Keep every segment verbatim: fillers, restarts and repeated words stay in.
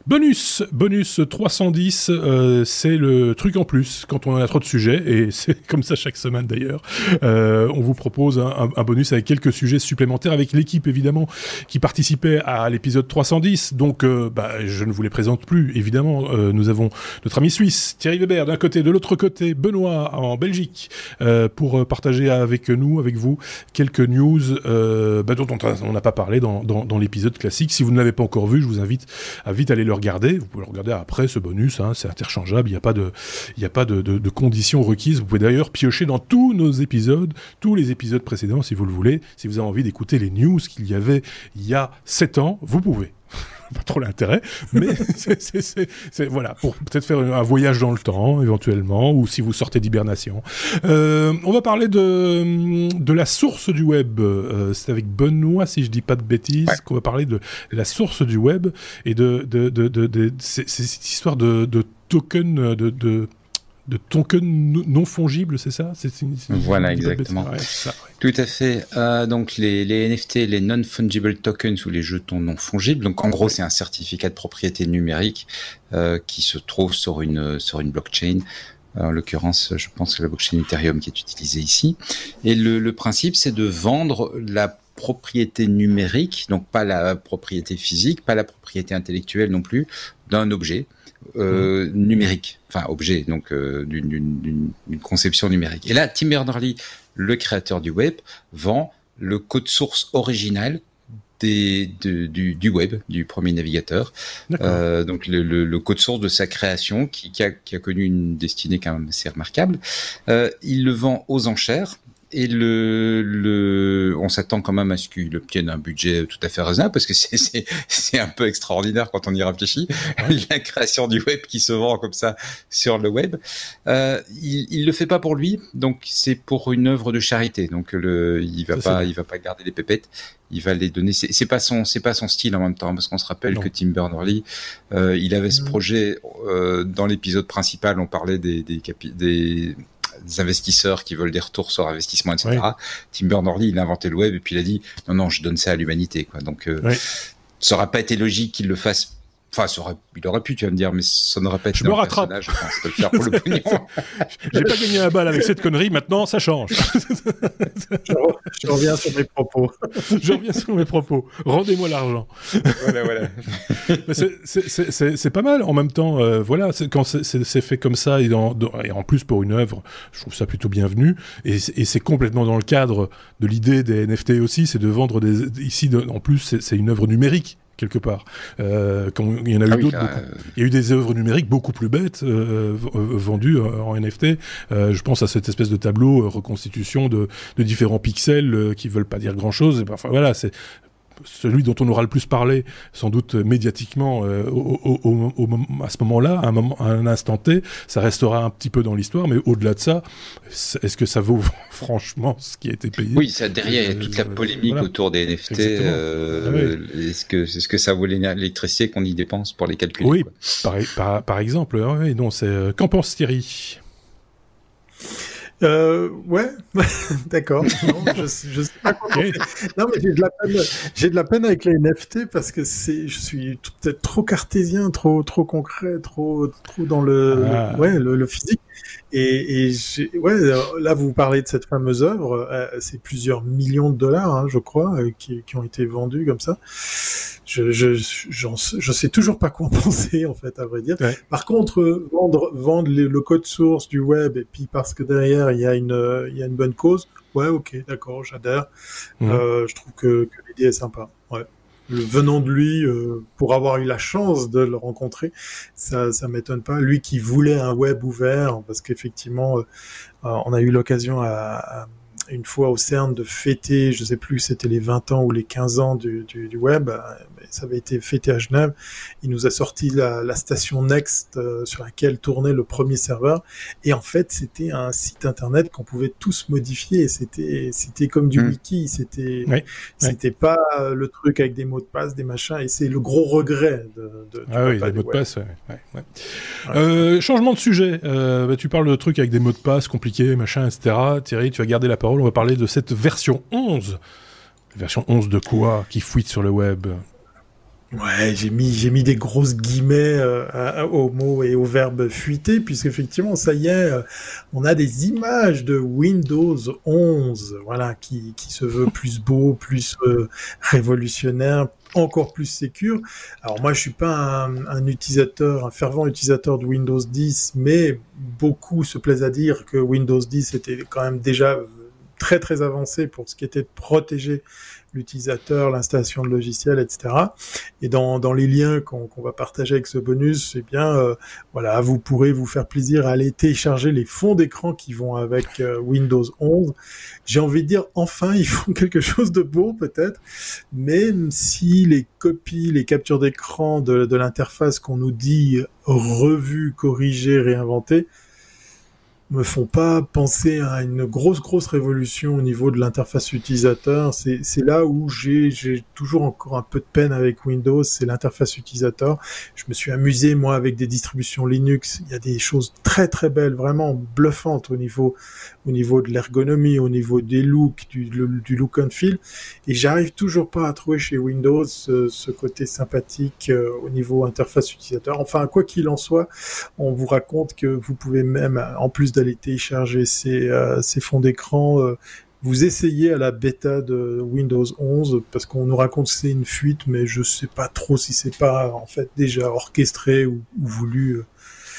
Bonus, bonus trois cent dix, euh, c'est le truc en plus quand on a trop de sujets, et c'est comme ça chaque semaine d'ailleurs. Euh, on vous propose un, un bonus avec quelques sujets supplémentaires, avec l'équipe évidemment qui participait à l'épisode trois cent dix. Donc euh, bah, je ne vous les présente plus, évidemment. Euh, nous avons notre ami suisse, Thierry Weber d'un côté, de l'autre côté, Benoît en Belgique, euh, pour partager avec nous, avec vous, quelques news euh, bah, dont on n'a pas parlé dans, dans, dans l'épisode classique. Si vous ne l'avez pas encore vu, je vous invite à vite aller le regarder. Vous pouvez le regarder après ce bonus, hein, c'est interchangeable, il n'y a pas de, il n'y a pas de, de, de conditions requises. Vous pouvez d'ailleurs piocher dans tous nos épisodes, tous les épisodes précédents si vous le voulez. Si vous avez envie d'écouter les news qu'il y avait il y a sept ans, vous pouvez. Pas trop l'intérêt, mais c'est, c'est, c'est, c'est, voilà, pour peut-être faire un voyage dans le temps, éventuellement, ou si vous sortez d'hibernation. Euh, on va parler de, de la source du web. Euh, c'est avec Benoît, si je dis pas de bêtises, ouais. qu'on va parler de la source du web et de, de, de, de, de, de c'est, c'est cette histoire de, de token, de, de de tokens non fongibles, c'est ça c'est, c'est, c'est, Voilà, exactement. Ouais, ça, ouais. Tout à fait. Euh, donc, les, les N F T, les non-fungible tokens ou les jetons non fongibles. Donc, en gros, c'est un certificat de propriété numérique euh, qui se trouve sur une, sur une blockchain. En l'occurrence, je pense que la blockchain Ethereum qui est utilisée ici. Et le, le principe, c'est de vendre la propriété numérique, donc pas la propriété physique, pas la propriété intellectuelle non plus, d'un objet. Euh, mmh. numérique, enfin objet, donc euh, d'une, d'une, d'une conception numérique. Et là, Tim Berners-Lee, le créateur du web, vend le code source original des, de, du, du web, du premier navigateur. Euh, donc le, le, le code source de sa création, qui, qui, a, qui a connu une destinée quand même assez remarquable. Euh, il le vend aux enchères. Et le, le, on s'attend quand même à ce qu'il obtienne un budget tout à fait raisonnable, parce que c'est, c'est, c'est un peu extraordinaire quand on y réfléchit. La création du web qui se vend comme ça sur le web. Euh, il, il le fait pas pour lui, donc c'est pour une œuvre de charité. Donc le, il va ça, pas, il va pas garder les pépettes. Il va les donner. C'est, c'est pas son, c'est pas son style en même temps, parce qu'on se rappelle non. que Tim Berners-Lee, euh, il avait ce projet euh, dans l'épisode principal. On parlait des, des, capi- des des investisseurs qui veulent des retours sur investissement, et cetera. Oui. Tim Berners-Lee, il a inventé le web et puis il a dit non, non, je donne ça à l'humanité, quoi. Donc, euh, oui. ça n'aurait pas été logique qu'il le fasse. Enfin, ça aurait, il aurait pu, tu vas me dire, mais ça n'aurait pas été. Je me rattrape. Je pense de le faire pour le pognon. J'ai pas gagné la balle avec cette connerie. Maintenant, ça change. je, re, je reviens sur mes propos. je reviens sur mes propos. Rendez-moi l'argent. Voilà, voilà. c'est, c'est, c'est, c'est, c'est pas mal. En même temps, euh, voilà, c'est, quand c'est, c'est, c'est fait comme ça et, dans, dans, et en plus pour une œuvre, je trouve ça plutôt bienvenu. Et, et c'est complètement dans le cadre de l'idée des N F T aussi, c'est de vendre des. Ici, de, en plus, c'est, c'est une œuvre numérique. Quelque part. Euh, quand il y en a eu ah d'autres, oui, beaucoup. Euh... il y a eu des œuvres numériques beaucoup plus bêtes euh, euh, vendues euh, en N F T. Euh, je pense à cette espèce de tableau euh, reconstitution de, de différents pixels euh, qui veulent pas dire grand-chose. Et ben, enfin voilà, c'est celui dont on aura le plus parlé, sans doute médiatiquement, euh, au, au, au, au, à ce moment-là, à un, moment, à un instant T, ça restera un petit peu dans l'histoire, mais au-delà de ça, est-ce que ça vaut franchement ce qui a été payé ? Oui, ça, derrière, il y a toute la polémique voilà. autour des N F T. Euh, ah oui. est-ce, que, est-ce que ça vaut l'électricité qu'on y dépense pour les calculer ? Oui, par, par, par exemple. Oui, non, c'est... Qu'en pense Thierry ? Euh, ouais, d'accord. Non, je, je sais pas quoi. Okay. Non, mais j'ai de la peine, j'ai de la peine avec les N F T parce que c'est, je suis peut-être trop cartésien, trop, trop concret, trop, trop dans le, ah. le ouais, le, le physique. Et, et j'ai, ouais, là, vous parlez de cette fameuse œuvre, euh, c'est plusieurs millions de dollars, hein, je crois, euh, qui, qui ont été vendus comme ça. Je, je, j'en, je sais toujours pas quoi en penser, en fait, à vrai dire. Ouais. Par contre, vendre, vendre le, le code source du web, et puis parce que derrière, il y a une, il y a une bonne cause, ouais, ok, d'accord, j'adhère. Mmh. Euh, je trouve que, que l'idée est sympa, ouais. Le, venant de lui, euh, pour avoir eu la chance de le rencontrer, ça, ça m'étonne pas. Lui qui voulait un web ouvert, parce qu'effectivement, euh, on a eu l'occasion à, à une fois au CERN de fêter, je sais plus, c'était les vingt ans ou les quinze ans du, du, du web, ça avait été fêté à Genève. Il nous a sorti la, la station Next euh, sur laquelle tournait le premier serveur, et en fait c'était un site internet qu'on pouvait tous modifier, et c'était c'était comme du mmh. wiki, c'était oui. c'était oui. pas le truc avec des mots de passe, des machins, et c'est le gros regret de, de ah oui, les mots de passe. Ouais, ouais, ouais. Ouais. Euh, changement de sujet. Euh, bah, tu parles de trucs avec des mots de passe compliqués, machin, et cetera. Thierry, tu vas garder la parole. On va parler de cette version onze. Version onze de quoi qui fuite sur le web? Ouais, j'ai mis j'ai mis des grosses guillemets euh, à, au mot et au verbe fuiter, puisqu'effectivement, ça y est, euh, on a des images de Windows onze, voilà, qui qui se veut plus beau, plus euh, révolutionnaire, encore plus sécure. Alors moi, je suis pas un, un utilisateur, un fervent utilisateur de Windows dix, mais beaucoup se plaisent à dire que Windows dix était quand même déjà très très avancé pour ce qui était de protéger l'utilisateur, l'installation de logiciels, et cetera. Et dans, dans les liens qu'on, qu'on va partager avec ce bonus, eh bien, euh, voilà, vous pourrez vous faire plaisir à aller télécharger les fonds d'écran qui vont avec euh, Windows onze. J'ai envie de dire, enfin, ils font quelque chose de beau, peut-être, même si les copies, les captures d'écran de, de l'interface qu'on nous dit revues, corrigées, réinventées, me font pas penser à une grosse grosse révolution au niveau de l'interface utilisateur. C'est c'est là où j'ai j'ai toujours encore un peu de peine avec Windows, c'est l'interface utilisateur. Je me suis amusé moi avec des distributions Linux, il y a des choses très très belles, vraiment bluffantes au niveau au niveau de l'ergonomie, au niveau des looks, du le, du look and feel, et j'arrive toujours pas à trouver chez Windows ce, ce côté sympathique euh, au niveau interface utilisateur. Enfin, quoi qu'il en soit, on vous raconte que vous pouvez même, en plus d'aller télécharger ces, euh, ces fonds d'écran, euh, vous essayez à la bêta de Windows onze, parce qu'on nous raconte que c'est une fuite, mais je sais pas trop si c'est pas en fait déjà orchestré ou, ou voulu euh,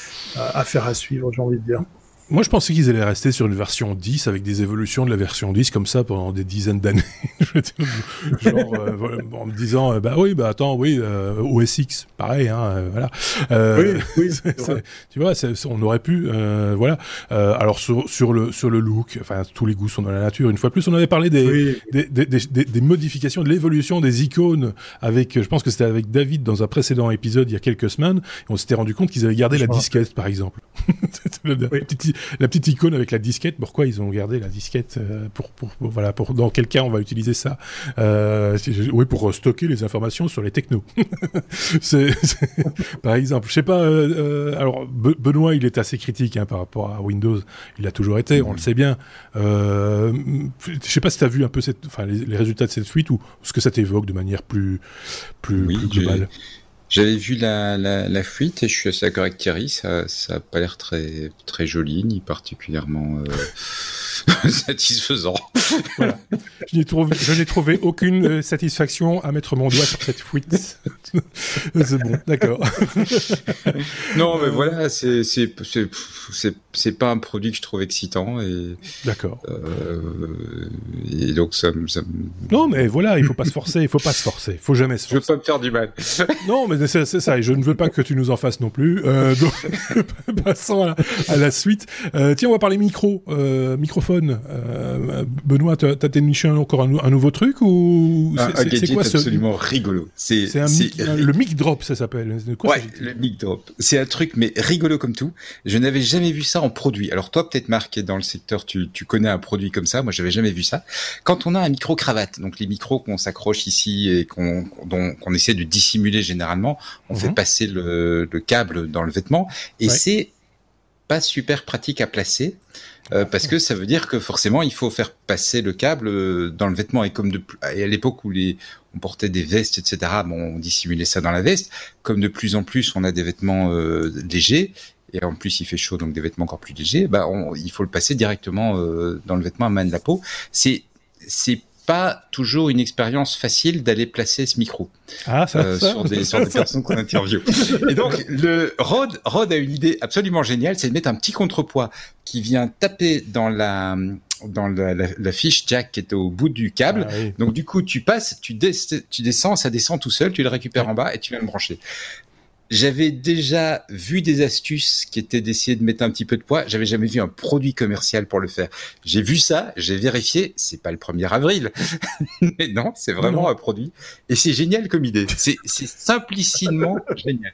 à faire à suivre, j'ai envie de dire. Moi, je pensais qu'ils allaient rester sur une version dix avec des évolutions de la version dix comme ça pendant des dizaines d'années. Genre, euh, en me disant, euh, bah oui, bah attends, oui, euh, O S X, pareil, hein, euh, voilà. Euh, oui, oui. c'est, c'est, tu vois, c'est, on aurait pu, euh, voilà. Euh, alors sur, sur le sur le look, enfin tous les goûts sont dans la nature. Une fois de plus, on avait parlé des oui. des, des, des, des, des modifications, de l'évolution des icônes avec, je pense que c'était avec David dans un précédent épisode il y a quelques semaines. Et on s'était rendu compte qu'ils avaient gardé je la disquette, par exemple. le, oui. petite, la petite icône avec la disquette, pourquoi ils ont gardé la disquette euh, pour, pour, pour, voilà, pour, dans quel cas on va utiliser ça euh, oui, pour stocker les informations sur les technos. c'est, c'est, par exemple, je sais pas, euh, euh, alors Be- Benoît, il est assez critique hein, par rapport à Windows, il l'a toujours été, mmh. on le sait bien. Euh, je sais pas si tu as vu un peu cette, enfin, les, les résultats de cette fuite ou ce que ça t'évoque de manière plus, plus, oui, plus globale. J'ai... J'avais vu la, la, la fuite et je suis assez d'accord avec Thierry, ça ça a pas l'air très très joli ni particulièrement euh, satisfaisant. Voilà. Je n'ai trouvé, je n'ai trouvé aucune euh, satisfaction à mettre mon doigt sur cette fuite. C'est bon, d'accord. Non, mais voilà, c'est c'est c'est c'est c'est pas un produit que je trouve excitant et d'accord. Euh, et donc ça me ça me... Non, mais voilà, il faut pas se forcer, il faut pas se forcer, il faut jamais se forcer. Je veux pas me faire du mal. Non, mais c'est, c'est ça, et je ne veux pas que tu nous en fasses non plus. Euh, donc, passons à la, à la suite. Euh, tiens, on va parler micro, euh, microphone. Euh, Benoît, t'as, t'as déniché encore un, un nouveau truc ou c'est, un, c'est, un gadget c'est quoi, absolument ce... rigolo. C'est, c'est, un c'est mic, ri... le mic drop, ça s'appelle. De quoi ouais, le mic drop. C'est un truc mais rigolo comme tout. Je n'avais jamais vu ça en produit. Alors toi, peut-être Marc, qui est dans le secteur, tu, tu connais un produit comme ça. Moi, j'avais jamais vu ça. Quand on a un micro cravate, donc les micros qu'on s'accroche ici et qu'on, dont, qu'on essaie de dissimuler généralement. On mmh. fait passer le, le câble dans le vêtement et ouais. c'est pas super pratique à placer euh, parce que ça veut dire que forcément il faut faire passer le câble dans le vêtement et comme de et à l'époque où les on portait des vestes et cetera bon on dissimulait ça dans la veste comme de plus en plus on a des vêtements euh, légers et en plus il fait chaud donc des vêtements encore plus légers bah on, il faut le passer directement euh, dans le vêtement à main de la peau c'est c'est pas toujours une expérience facile d'aller placer ce micro ah, ça, euh, ça, sur des, ça, sur des personnes qu'on interviewe. Et donc, le Rode, Rode a une idée absolument géniale, c'est de mettre un petit contrepoids qui vient taper dans la dans la, la, la fiche jack qui est au bout du câble. Ah, oui. Donc, du coup, tu passes, tu, des, tu descends, ça descend tout seul, tu le récupères oui. en bas et tu viens le brancher. J'avais déjà vu des astuces qui étaient d'essayer de mettre un petit peu de poids. J'avais jamais vu un produit commercial pour le faire. J'ai vu ça, j'ai vérifié. C'est pas le premier avril, mais non, c'est vraiment non. un produit. Et c'est génial comme idée. C'est, c'est simplissimement génial.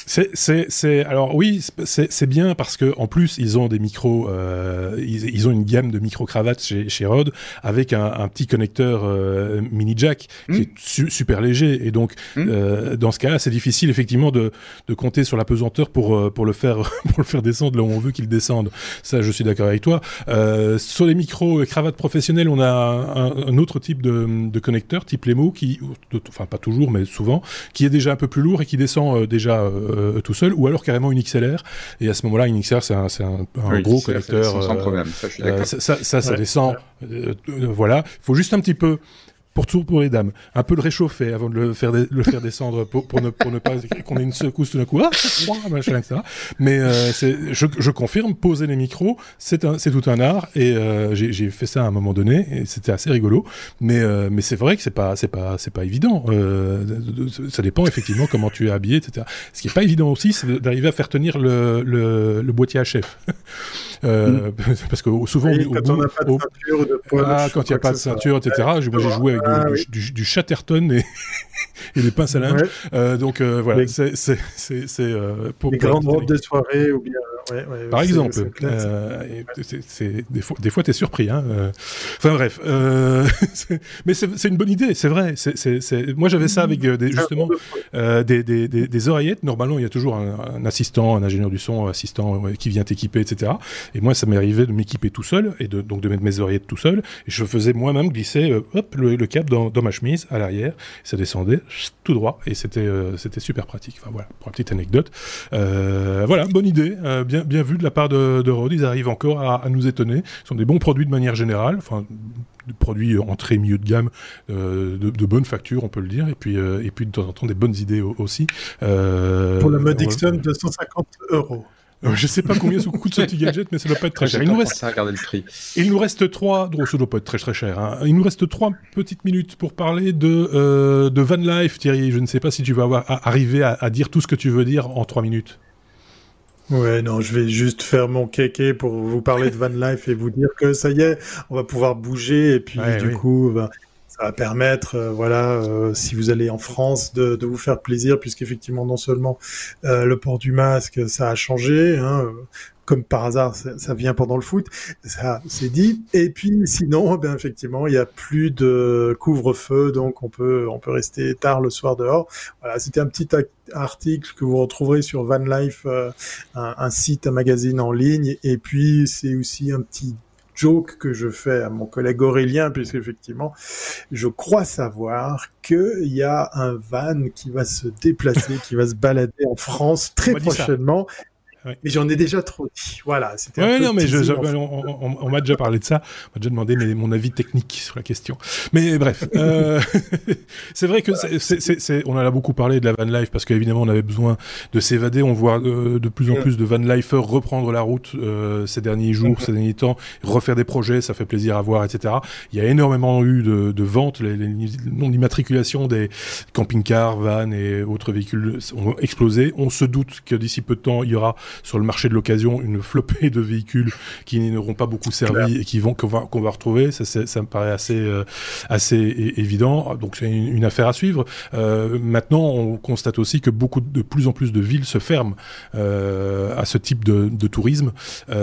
C'est, c'est, c'est, alors oui, c'est, c'est bien parce que en plus ils ont des micros, euh, ils, ils ont une gamme de micro-cravates chez, chez Rode avec un, un petit connecteur euh, mini jack mmh. qui est su, super léger et donc mmh. euh, dans ce cas-là c'est difficile effectivement de, de compter sur la pesanteur pour pour le faire pour le faire descendre là où on veut qu'il descende. Ça, je suis d'accord avec toi. Euh, sur les micro-cravates professionnelles, on a un, un autre type de, de connecteur type Lemo qui, enfin pas toujours mais souvent, qui est déjà un peu plus lourd et qui descend euh, déjà euh, tout seul, ou alors carrément une X L R. Et à ce moment-là, une X L R, c'est un, c'est un, un oui, gros X L R, connecteur. Ça, sans problème. Ça, je suis d'accord. Euh, ça, ça, ça, ça ouais. descend. Euh, euh, voilà. Il faut juste un petit peu. Pour tout pour les dames, un peu le réchauffer avant de le faire de, le faire descendre pour, pour ne pour ne pas qu'on ait une secousse tout d'un coup, ah, machin, et cetera. Mais euh, c'est, je, je confirme, poser les micros, c'est un c'est tout un art et euh, j'ai j'ai fait ça à un moment donné et c'était assez rigolo. Mais euh, mais c'est vrai que c'est pas c'est pas c'est pas évident. Euh, ça dépend effectivement comment tu es habillé, et cetera. Ce qui est pas évident aussi, c'est d'arriver à faire tenir le le, le boîtier H F. Euh, mmh. Parce que souvent oui, au quand bout, on n'a pas de au, ceinture, de poids, ah, quand il n'y a pas de ceinture, et cetera. Moi, j'ai joué avec ah, du, oui. du, du, du Chatterton et, et des pinces à linge. Ouais. Euh, donc euh, voilà, les, c'est c'est c'est, c'est euh, pour les pour grandes robes de soirée ou bien. Ouais, ouais, par c'est, exemple, c'est clair, euh, et c'est, c'est, des fois, des fois, t'es surpris. Hein, euh. Enfin bref, euh, c'est, mais c'est, c'est une bonne idée, c'est vrai. C'est, c'est, c'est... Moi, j'avais ça avec euh, des, justement euh, des, des, des, des oreillettes. Normalement, il y a toujours un, un assistant, un ingénieur du son, assistant ouais, qui vient t'équiper, et cetera. Et moi, ça m'est arrivé de m'équiper tout seul et de, donc de mettre mes oreillettes tout seul. Et je faisais moi-même glisser, euh, hop, le, le câble dans, dans ma chemise à l'arrière. Et ça descendait tout droit et c'était, euh, c'était super pratique. Enfin voilà, pour une petite anecdote. Euh, voilà, bonne idée, euh, bien, bien vu de la part de, de Rode. Ils arrivent encore à, à nous étonner. Ce sont des bons produits de manière générale, enfin des produits entrée milieu de gamme, euh, de, de bonne facture, on peut le dire, et puis euh, et puis de temps en temps des bonnes idées aussi. Euh, pour la modique somme de cent cinquante euros. Euh, je sais pas combien ça coûte ce petit gadget, mais ça doit pas être très cher. Il nous reste, regarder le prix. Il nous reste trois, oh, ça doit pas être très très cher. Hein. Il nous reste trois petites minutes pour parler de euh, de van life, Thierry. Je ne sais pas si tu vas avoir, à, arriver à, à dire tout ce que tu veux dire en trois minutes. Ouais, non, je vais juste faire mon kéké pour vous parler de van life et vous dire que ça y est, on va pouvoir bouger et puis ouais, du oui. coup, ben, ça va permettre, euh, voilà, euh, si vous allez en France, de, de vous faire plaisir, puisqu'effectivement, non seulement euh, le port du masque, ça a changé, hein, euh, comme par hasard, ça, ça vient pendant le foot, ça c'est dit. Et puis sinon, ben effectivement, il y a plus de couvre-feu, donc on peut on peut rester tard le soir dehors. Voilà, c'était un petit article que vous retrouverez sur Van Life, euh, un, un site, un magazine en ligne. Et puis c'est aussi un petit joke que je fais à mon collègue Aurélien, puisque effectivement, je crois savoir qu'il y a un van qui va se déplacer, qui va se balader en France très prochainement. Ouais. Mais j'en ai déjà trop dit. Voilà, c'était. Ouais, un peu non, mais je, je, on, on, on m'a déjà parlé de ça. On m'a déjà demandé mes, mon avis technique sur la question. Mais bref, euh, c'est vrai que voilà. c'est, c'est, c'est, on en a beaucoup parlé de la van life parce qu'évidemment on avait besoin de s'évader. On voit euh, de plus en plus de van lifers reprendre la route euh, ces derniers jours, mm-hmm. ces derniers temps, refaire des projets, ça fait plaisir à voir, et cetera. Il y a énormément eu de, de ventes, les, les noms d'immatriculation des camping-cars, vannes et autres véhicules ont explosé. On se doute que d'ici peu de temps, il y aura sur le marché de l'occasion une flopée de véhicules qui n'auront pas beaucoup servi Claire. et qui vont qu'on va, qu'on va retrouver. Ça, c'est, ça me paraît assez euh, assez é- évident. Donc c'est une, une affaire à suivre. Euh, maintenant, on constate aussi que beaucoup de plus en plus de villes se ferment euh, à ce type de, de tourisme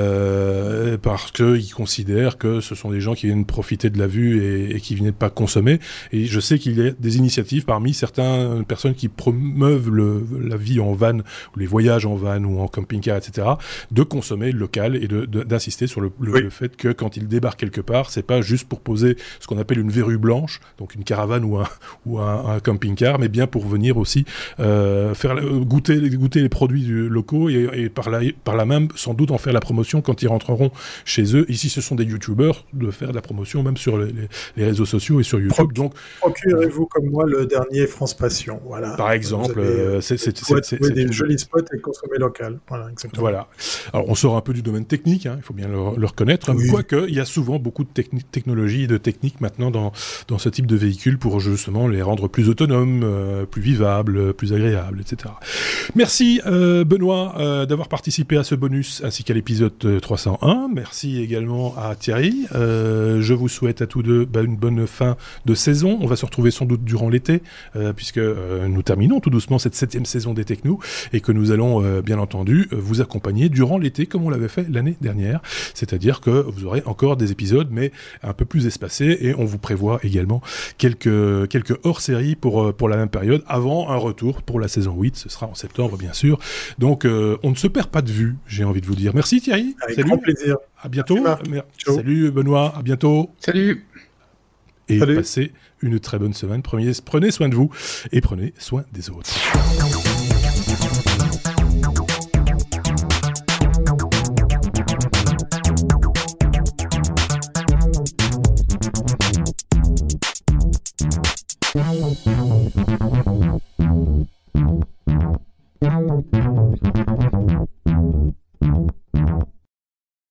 euh, parce que ils considèrent que ce sont des gens qui viennent profiter de la vue et, et qui viennent pas consommer. Et je sais qu'il y a des initiatives parmi certaines personnes qui promeuvent le, la vie en van ou les voyages en van ou en camping et cetera, de consommer local et de, de, d'insister sur le, le, oui. le fait que quand ils débarquent quelque part, c'est pas juste pour poser ce qu'on appelle une verrue blanche, donc une caravane ou un, ou un, un camping-car, mais bien pour venir aussi euh, faire goûter, goûter les produits du, locaux et, et par, là, par là même, sans doute en faire la promotion quand ils rentreront chez eux. Ici, ce sont des youtubeurs, de faire de la promotion même sur les, les, les réseaux sociaux et sur YouTube. Pro- donc, procurez-vous comme moi le dernier France Passion. Voilà. Par exemple, avez, euh, c'est, c'est, c'est, c'est, c'est c'est des une... jolis spots et consommer local. Voilà. exactement. Voilà. Alors, on sort un peu du domaine technique, hein, il faut bien le, le reconnaître, oui. Quoique, il y a souvent beaucoup de techni- technologies et de techniques maintenant dans, dans ce type de véhicules pour justement les rendre plus autonomes, euh, plus vivables, plus agréables, et cetera. Merci euh, Benoît euh, d'avoir participé à ce bonus ainsi qu'à l'épisode trois cent un. Merci également à Thierry. Euh, je vous souhaite à tous deux bah, une bonne fin de saison. On va se retrouver sans doute durant l'été, euh, puisque euh, nous terminons tout doucement cette septième saison des Technos et que nous allons euh, bien entendu vous accompagner durant l'été comme on l'avait fait l'année dernière. C'est-à-dire que vous aurez encore des épisodes mais un peu plus espacés et on vous prévoit également quelques, quelques hors-séries pour, pour la même période avant un retour pour la saison huit. Ce sera en septembre bien sûr. Donc euh, on ne se perd pas de vue, j'ai envie de vous dire. Merci Thierry. Avec Salut. grand plaisir. À bientôt. Merci, Salut Benoît, à bientôt. Salut. Et Salut. Passez une très bonne semaine. Prenez, prenez soin de vous et prenez soin des autres.